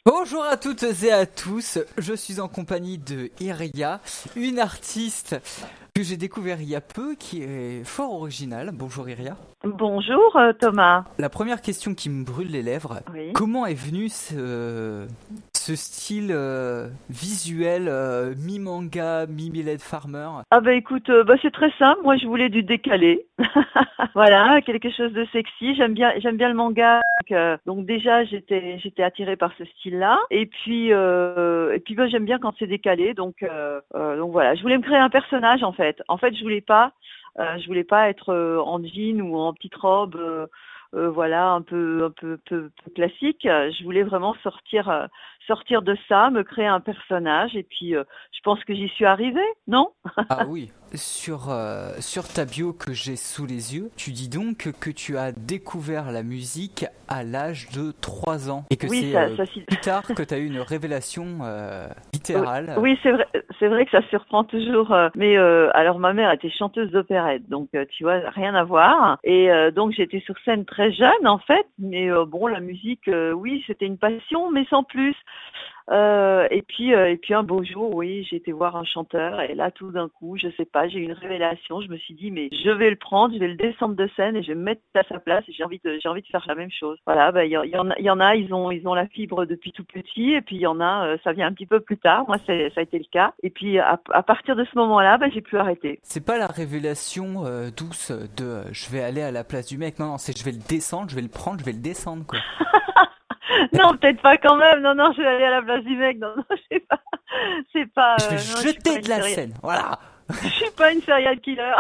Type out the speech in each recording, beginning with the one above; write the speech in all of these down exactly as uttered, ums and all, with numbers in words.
Bonjour à toutes et à tous, je suis en compagnie de Iria, une artiste que j'ai découvert il y a peu, qui est fort originale. Bonjour Iria. Bonjour euh, Thomas. La première question qui me brûle les lèvres, Oui. comment est venu ce, ce style euh, visuel euh, mi-manga, mi-Mylène Farmer? Ah bah écoute, euh, bah c'est très simple, moi je voulais du décalé. Voilà, quelque chose de sexy. J'aime bien j'aime bien le manga. Donc, euh, donc déjà j'étais j'étais attirée par ce style-là. Et puis euh, et puis bah, j'aime bien quand c'est décalé. Donc euh, euh, donc voilà, je voulais me créer un personnage en fait. En fait, je voulais pas euh, je voulais pas être euh, en jean ou en petite robe euh, euh, voilà, un peu un peu, peu peu classique. Je voulais vraiment sortir euh, sortir de ça, me créer un personnage et puis euh, je pense que j'y suis arrivée, non? Ah oui, sur, euh, sur ta bio que j'ai sous les yeux, tu dis donc que tu as découvert la musique à l'âge de trois ans et que Oui, c'est ça, euh, ça, plus tard que tu as eu une révélation euh, littérale. oui, c'est vrai, c'est vrai que ça surprend toujours. euh, Mais euh, alors, ma mère était chanteuse d'opérette, donc euh, tu vois, rien à voir. Et euh, donc, j'étais sur scène très jeune, en fait. Mais euh, bon, la musique, euh, oui, c'était une passion, mais sans plus. Euh, et puis, euh, et puis un beau jour, oui, j'ai été voir un chanteur et là, tout d'un coup, je sais pas, j'ai eu une révélation. Je me suis dit, mais je vais le prendre, je vais le descendre de scène et je vais me mettre à sa place. Et j'ai envie de, j'ai envie de faire la même chose. Voilà, ben il y, y en a, il y en a, ils ont, ils ont la fibre depuis tout petit et puis il y en a, euh, ça vient un petit peu plus tard. Moi, c'est, ça a été le cas. Et puis à, à partir de ce moment-là, ben j'ai pu arrêter. C'est pas la révélation euh, douce de euh, je vais aller à la place du mec. Non, non, c'est je vais le descendre, je vais le prendre, je vais le descendre, quoi. Non, peut-être pas quand même. Non, non, je vais aller à la place du mec. Non, non, je sais pas. C'est pas. Je vais euh, non, je suis pas jeter une de la serial- scène, voilà. Je suis pas une serial killer.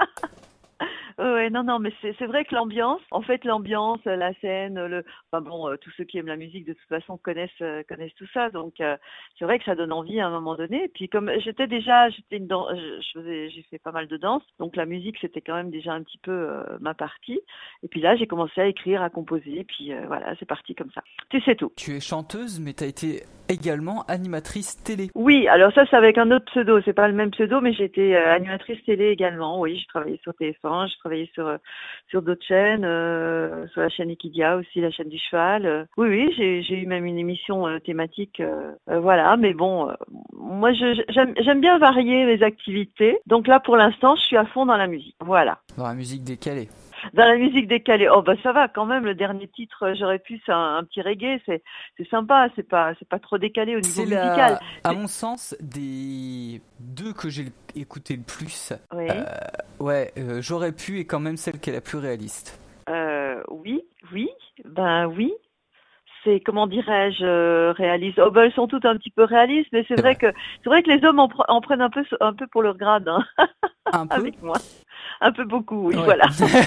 Ouais, non, non, mais c'est c'est vrai que l'ambiance, en fait, l'ambiance, euh, la scène, le, enfin bon, euh, tous ceux qui aiment la musique de toute façon connaissent euh, connaissent tout ça, donc euh, c'est vrai que ça donne envie à un moment donné. Et puis comme j'étais déjà, j'étais une dan- je je faisais, j'ai fait pas mal de danse, donc la musique c'était quand même déjà un petit peu euh, ma partie. Et puis là, j'ai commencé à écrire, à composer, et puis euh, voilà, c'est parti comme ça. Tu sais tout. Tu es chanteuse, mais tu as été également animatrice télé. Oui, alors ça c'est avec un autre pseudo, c'est pas le même pseudo, mais j'étais euh, animatrice télé également. Oui, j'ai travaillé sur T F un, j'ai travaillé sur euh, sur d'autres chaînes, euh, sur la chaîne Equidia aussi, la chaîne du cheval. euh. Oui, oui, j'ai j'ai eu même une émission euh, thématique, euh, euh, voilà. Mais bon, euh, moi je- j'aime j'aime bien varier les activités. Donc là pour l'instant, je suis à fond dans la musique. Voilà. Dans la musique décalée. Dans la musique décalée, oh bah ça va quand même. Le dernier titre, euh, j'aurais pu, c'est un, un petit reggae, c'est c'est sympa, c'est pas c'est pas trop décalé au niveau C'est musical. la, à mon sens, des deux que j'ai écouté le plus. Oui. Euh, ouais, euh, j'aurais pu et quand même celle qui est la plus réaliste. Euh, oui, oui, ben oui. C'est comment dirais-je euh, réaliste. Oh ben elles sont toutes un petit peu réalistes, mais c'est C'est vrai vrai. que c'est vrai que les hommes en, pre- en prennent un peu un peu pour leur grade, hein, Un peu. avec moi. Un peu beaucoup, oui, Ouais. voilà.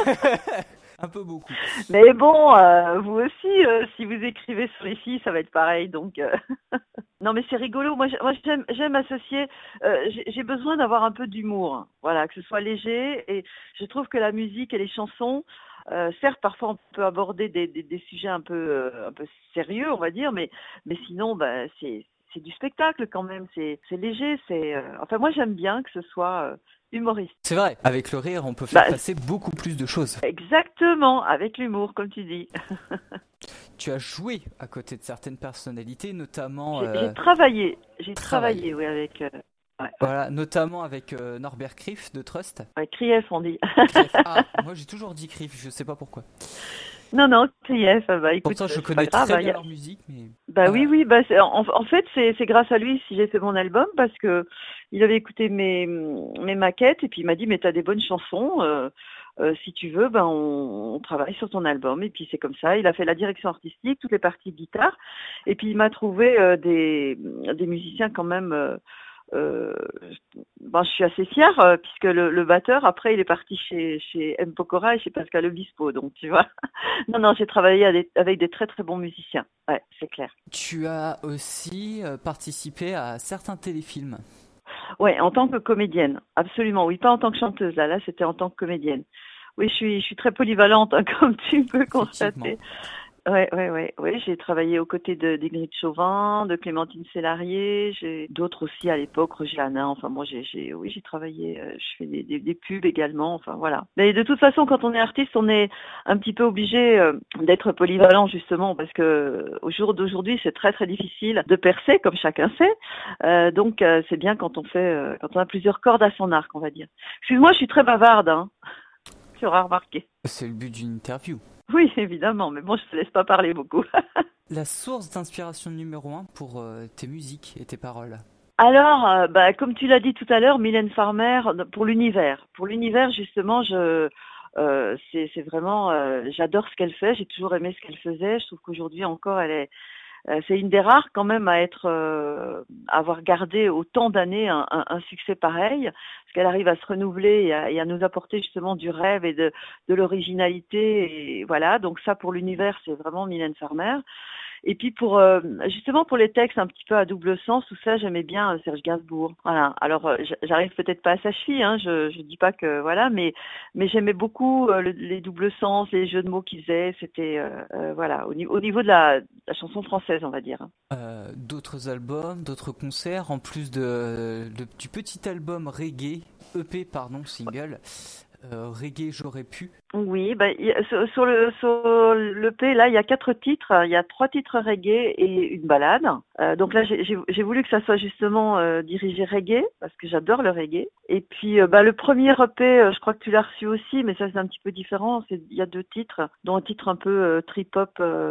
Un peu beaucoup. Mais bon, euh, vous aussi, euh, si vous écrivez sur les filles, ça va être pareil. Donc, euh, non, mais c'est rigolo. Moi, j'ai- moi, j'aime, j'aime associer. euh, j'ai j'ai besoin d'avoir un peu d'humour. Voilà, que ce soit léger. Et je trouve que la musique et les chansons, euh, certes, parfois on peut aborder des, des, des sujets un peu, euh, un peu sérieux, on va dire, mais, mais sinon, bah, c'est, c'est du spectacle quand même. C'est, c'est léger. C'est, euh, enfin, moi, j'aime bien que ce soit euh, humoriste. C'est vrai, avec le rire, on peut faire Bah, passer beaucoup plus de choses. exactement, avec l'humour, comme tu dis. Tu as joué à côté de certaines personnalités, notamment, J'ai euh, j'ai travaillé, j'ai travaillé. travaillé, oui, avec euh, ouais, ouais, Voilà, notamment avec euh, Norbert Krief de Trust. ouais, Krief, on dit. Krief. Ah, moi j'ai toujours dit Krief, je sais pas pourquoi. Non, non, Krief, euh, bah écoute, Pourtant, je c'est pas connais grave. très hein, y bien a- leur musique, mais Bah oui, euh, oui, bah c'est- en, en fait, c'est c'est grâce à lui si j'ai fait mon album parce que il avait écouté mes mes maquettes et puis il m'a dit mais t'as des bonnes chansons. euh, euh, si tu veux, ben on, on travaille sur ton album et puis c'est comme ça. Il a fait la direction artistique, toutes les parties de guitare et puis il m'a trouvé euh, des des musiciens quand même. euh, Euh, ben, je suis assez fière euh, puisque le, le batteur après il est parti chez chez M Pokora et chez Pascal Obispo donc tu vois. Non non j'ai travaillé avec, avec des très très bons musiciens, ouais c'est clair. tu as aussi euh, participé à certains téléfilms. Ouais, en tant que comédienne, absolument, oui, pas en tant que chanteuse là, là c'était en tant que comédienne. Oui, je suis je suis très polyvalente hein, comme tu peux Effectivement. constater. Ouais, ouais, ouais, ouais. J'ai travaillé aux côtés de d'Ingrid Chauvin, de Clémentine Célarié. J'ai d'autres aussi à l'époque, Roger Hanin. Enfin, moi, j'ai, j'ai, oui, j'ai travaillé. euh, je fais des, des, des pubs également. Enfin, voilà. Mais de toute façon, quand on est artiste, on est un petit peu obligé euh, d'être polyvalent justement, parce que au jour d'aujourd'hui, c'est très très difficile de percer, comme chacun sait. Euh, donc, euh, c'est bien quand on fait, euh, quand on a plusieurs cordes à son arc, on va dire. Excuse-moi, je suis très bavarde. Hein. Tu auras remarqué. C'est le but d'une interview. Oui, évidemment, mais bon, je te laisse pas parler beaucoup. La source d'inspiration numéro un pour euh, tes musiques et tes paroles. Alors, euh, bah, comme tu l'as dit tout à l'heure, Mylène Farmer, pour l'univers. Pour l'univers, justement, je, euh, c'est, c'est vraiment, euh, j'adore ce qu'elle fait. J'ai toujours aimé ce qu'elle faisait. Je trouve qu'aujourd'hui encore, elle est, euh, c'est une des rares quand même à être, euh, à avoir gardé autant d'années un, un, un succès pareil, parce qu'elle arrive à se renouveler et à, et à nous apporter justement du rêve et de, de l'originalité. Et voilà, donc ça pour l'univers, c'est vraiment Mylène Farmer. Et puis pour euh, justement pour les textes un petit peu à double sens, tout ça, j'aimais bien euh, Serge Gainsbourg. Voilà. Alors euh, j'arrive peut-être pas à sa cheville, hein, je je dis pas que voilà, mais mais j'aimais beaucoup euh, le, les doubles sens, les jeux de mots qu'il faisait. C'était euh, euh, voilà au, au niveau de la, de la chanson française, on va dire. Euh, d'autres albums, d'autres concerts, en plus de, de du petit album reggae, E P pardon, single. Euh, reggae, j'aurais pu. Oui, bah, y a, sur, sur le sur l'E P là, il y a quatre titres. Il y a trois titres reggae et une balade. Euh, donc là, j'ai, j'ai, j'ai voulu que ça soit justement euh, dirigé reggae parce que j'adore le reggae. Et puis, euh, bah, le premier E P, euh, je crois que tu l'as reçu aussi, mais ça c'est un petit peu différent. C'est, il y a deux titres, dont un titre un peu euh, trip-hop.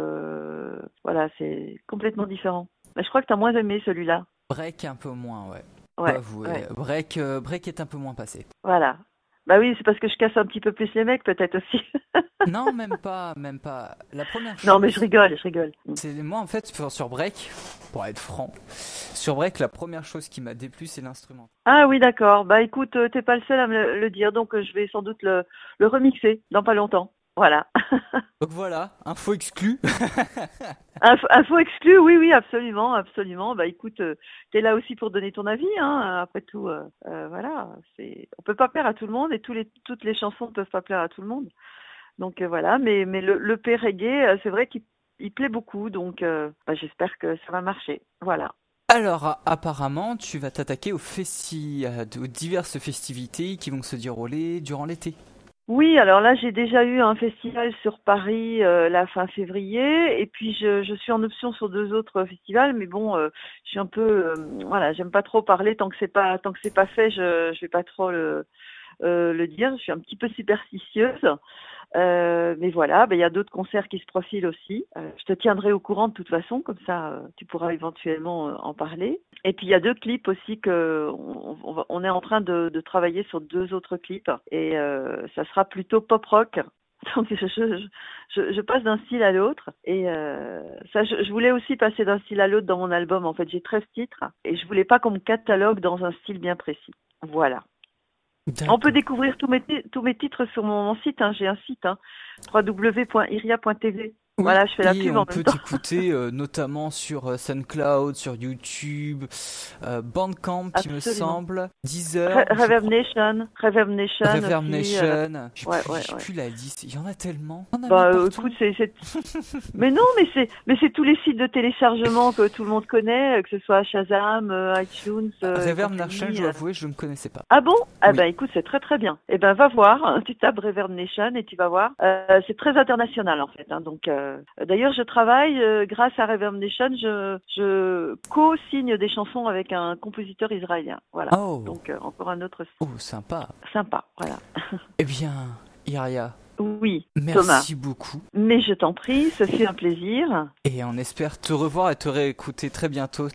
Euh, voilà, c'est complètement différent. Mais je crois que t'as moins aimé celui-là. Break un peu moins, ouais. Ouais. Avouer. ouais. Break, euh, break est un peu moins passé. Voilà. Bah oui, c'est parce que je casse un petit peu plus les mecs, peut-être aussi. Non, même pas, même pas. La première chose. Non, mais je rigole, je rigole. C'est moi en fait sur, sur Break, pour être franc, sur Break, la première chose qui m'a déplu, c'est l'instrument. Ah oui, d'accord. Bah écoute, t'es pas le seul à me le, le dire, donc je vais sans doute le, le remixer dans pas longtemps. Voilà. Donc voilà, info exclue. info, info exclue, oui, oui, absolument, absolument. Bah écoute, euh, t'es là aussi pour donner ton avis, hein. Après tout, euh, euh, voilà, c'est, on peut pas plaire à tout le monde et tous les, toutes les chansons ne peuvent pas plaire à tout le monde. Donc euh, voilà, mais mais le, le P reggae, euh, c'est vrai qu'il il plaît beaucoup, donc euh, bah, j'espère que ça va marcher. Voilà. Alors apparemment, tu vas t'attaquer aux, festi- aux diverses festivités qui vont se dérouler durant l'été. Oui, alors là j'ai déjà eu un festival sur Paris euh, la fin février et puis je, je suis en option sur deux autres festivals, mais bon, euh, je suis un peu, euh, voilà, j'aime pas trop parler tant que c'est pas tant que c'est pas fait, je je vais pas trop le euh, le dire. Je suis un petit peu superstitieuse, euh, mais voilà, ben il y a d'autres concerts qui se profilent aussi. Euh, je te tiendrai au courant de toute façon, comme ça euh, tu pourras éventuellement euh, en parler. Et puis il y a deux clips aussi que on, on, va, on est en train de, de travailler sur deux autres clips et euh, ça sera plutôt pop rock. Donc je, je, je, je passe d'un style à l'autre et euh, ça je, je voulais aussi passer d'un style à l'autre dans mon album. En fait j'ai treize titres et je voulais pas qu'on me catalogue dans un style bien précis. Voilà. D'accord. On peut découvrir tous mes, tous mes titres sur mon, mon site, hein. J'ai un site, hein, w w w point iria point t v. Oui, voilà, je fais la et pub on en peut même temps. t'écouter euh, notamment sur euh, SoundCloud, sur YouTube, euh, Bandcamp, qui me semble, Deezer, Re- Reverb Nation, Reverb Nation, Reverb aussi, Nation. Euh... J'ai ouais, plus, ouais, j'ai ouais. plus la liste. Il y en a tellement. On a bah euh, écoute, c'est, c'est... mais non, mais c'est, mais c'est tous les sites de téléchargement que tout le monde connaît, que ce soit Shazam, euh, iTunes. Euh, Reverb Nation, je dois avouer, je ne connaissais pas. Ah bon? Ah oui. ben écoute, c'est très très bien. Eh ben va voir, tu tapes Reverb Nation et tu vas voir. Euh, c'est très international en fait. Hein, donc euh, d'ailleurs, je travaille euh, grâce à Reverb Nation, je, je co-signe des chansons avec un compositeur israélien. Voilà. Oh. Donc euh, encore un autre. Oh, sympa. Sympa, voilà. Eh bien, Iria. Oui, merci Thomas. beaucoup. Mais je t'en prie, ce fut un plaisir. Et on espère te revoir et te réécouter très bientôt